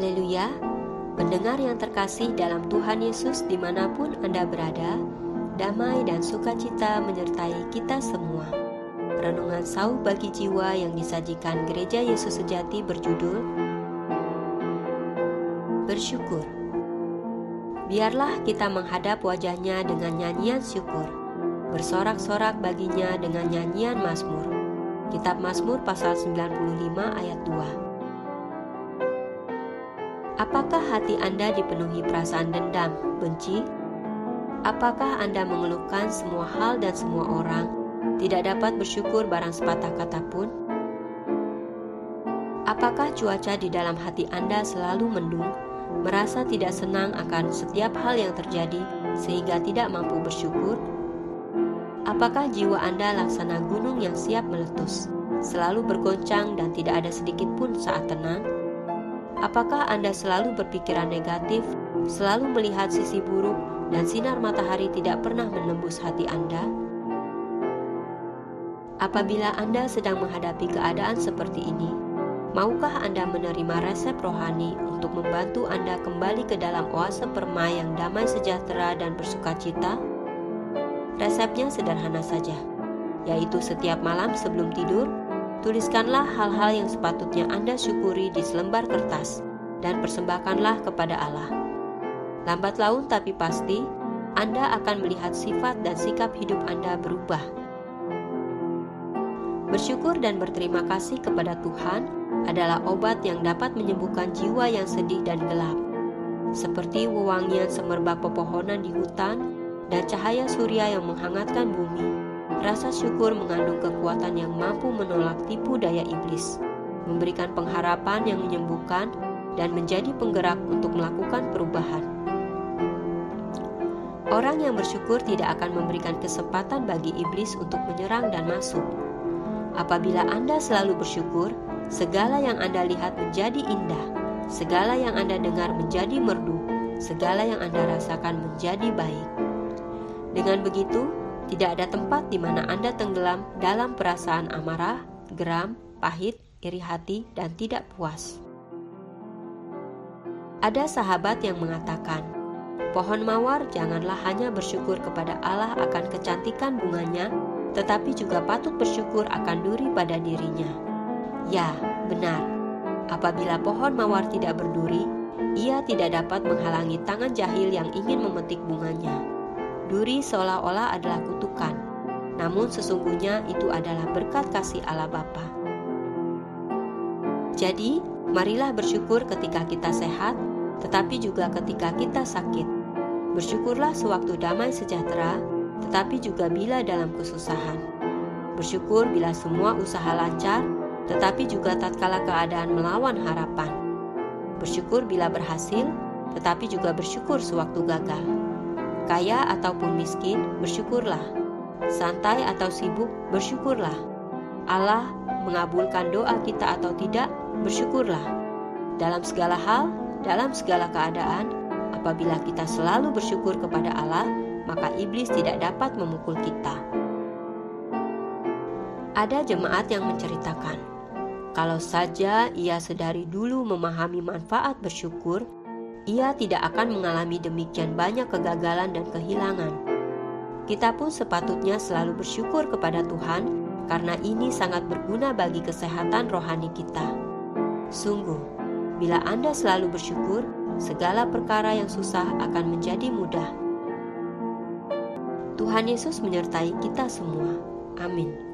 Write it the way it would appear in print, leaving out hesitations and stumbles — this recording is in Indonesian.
Haleluya, pendengar yang terkasih dalam Tuhan Yesus dimanapun Anda berada, damai dan sukacita menyertai kita semua. Renungan sauh bagi jiwa yang disajikan Gereja Yesus Sejati berjudul Bersyukur. Biarlah kita menghadap wajahnya dengan nyanyian syukur, bersorak-sorak baginya dengan nyanyian Mazmur. Kitab Mazmur pasal 95 ayat 2. Apakah hati Anda dipenuhi perasaan dendam, benci? Apakah Anda mengeluhkan semua hal dan semua orang, tidak dapat bersyukur barang sepatah kata pun? Apakah cuaca di dalam hati Anda selalu mendung, merasa tidak senang akan setiap hal yang terjadi sehingga tidak mampu bersyukur? Apakah jiwa Anda laksana gunung yang siap meletus, selalu bergoncang dan tidak ada sedikit pun saat tenang? Apakah Anda selalu berpikiran negatif, selalu melihat sisi buruk, dan sinar matahari tidak pernah menembus hati Anda? Apabila Anda sedang menghadapi keadaan seperti ini, maukah Anda menerima resep rohani untuk membantu Anda kembali ke dalam oase permai yang damai sejahtera dan bersukacita? Resepnya sederhana saja, yaitu setiap malam sebelum tidur, tuliskanlah hal-hal yang sepatutnya Anda syukuri di selembar kertas dan persembahkanlah kepada Allah. Lambat laun tapi pasti, Anda akan melihat sifat dan sikap hidup Anda berubah. Bersyukur dan berterima kasih kepada Tuhan adalah obat yang dapat menyembuhkan jiwa yang sedih dan gelap. Seperti wewangian semerbak pepohonan di hutan dan cahaya surya yang menghangatkan bumi, rasa syukur mengandung kekuatan yang mampu menolak tipu daya iblis, memberikan pengharapan yang menyembuhkan, dan menjadi penggerak untuk melakukan perubahan. Orang yang bersyukur tidak akan memberikan kesempatan bagi iblis untuk menyerang dan masuk. Apabila Anda selalu bersyukur, segala yang Anda lihat menjadi indah, segala yang Anda dengar menjadi merdu, segala yang Anda rasakan menjadi baik. Dengan begitu, tidak ada tempat di mana Anda tenggelam dalam perasaan amarah, geram, pahit, iri hati, dan tidak puas. Ada sahabat yang mengatakan, pohon mawar janganlah hanya bersyukur kepada Allah akan kecantikan bunganya, tetapi juga patut bersyukur akan duri pada dirinya. Ya, benar. Apabila pohon mawar tidak berduri, ia tidak dapat menghalangi tangan jahil yang ingin memetik bunganya. Duri seolah-olah adalah kutukan, namun sesungguhnya itu adalah berkat kasih Allah Bapa. Jadi, marilah bersyukur ketika kita sehat, tetapi juga ketika kita sakit. Bersyukurlah sewaktu damai sejahtera, tetapi juga bila dalam kesusahan. Bersyukur bila semua usaha lancar, tetapi juga tatkala keadaan melawan harapan. Bersyukur bila berhasil, tetapi juga bersyukur sewaktu gagal. Kaya ataupun miskin, bersyukurlah. Santai atau sibuk, bersyukurlah. Allah mengabulkan doa kita atau tidak, bersyukurlah. Dalam segala hal, dalam segala keadaan, apabila kita selalu bersyukur kepada Allah, maka iblis tidak dapat memukul kita. Ada jemaat yang menceritakan, kalau saja ia sedari dulu memahami manfaat bersyukur, ia tidak akan mengalami demikian banyak kegagalan dan kehilangan. Kita pun sepatutnya selalu bersyukur kepada Tuhan, karena ini sangat berguna bagi kesehatan rohani kita. Sungguh, bila Anda selalu bersyukur, segala perkara yang susah akan menjadi mudah. Tuhan Yesus menyertai kita semua. Amin.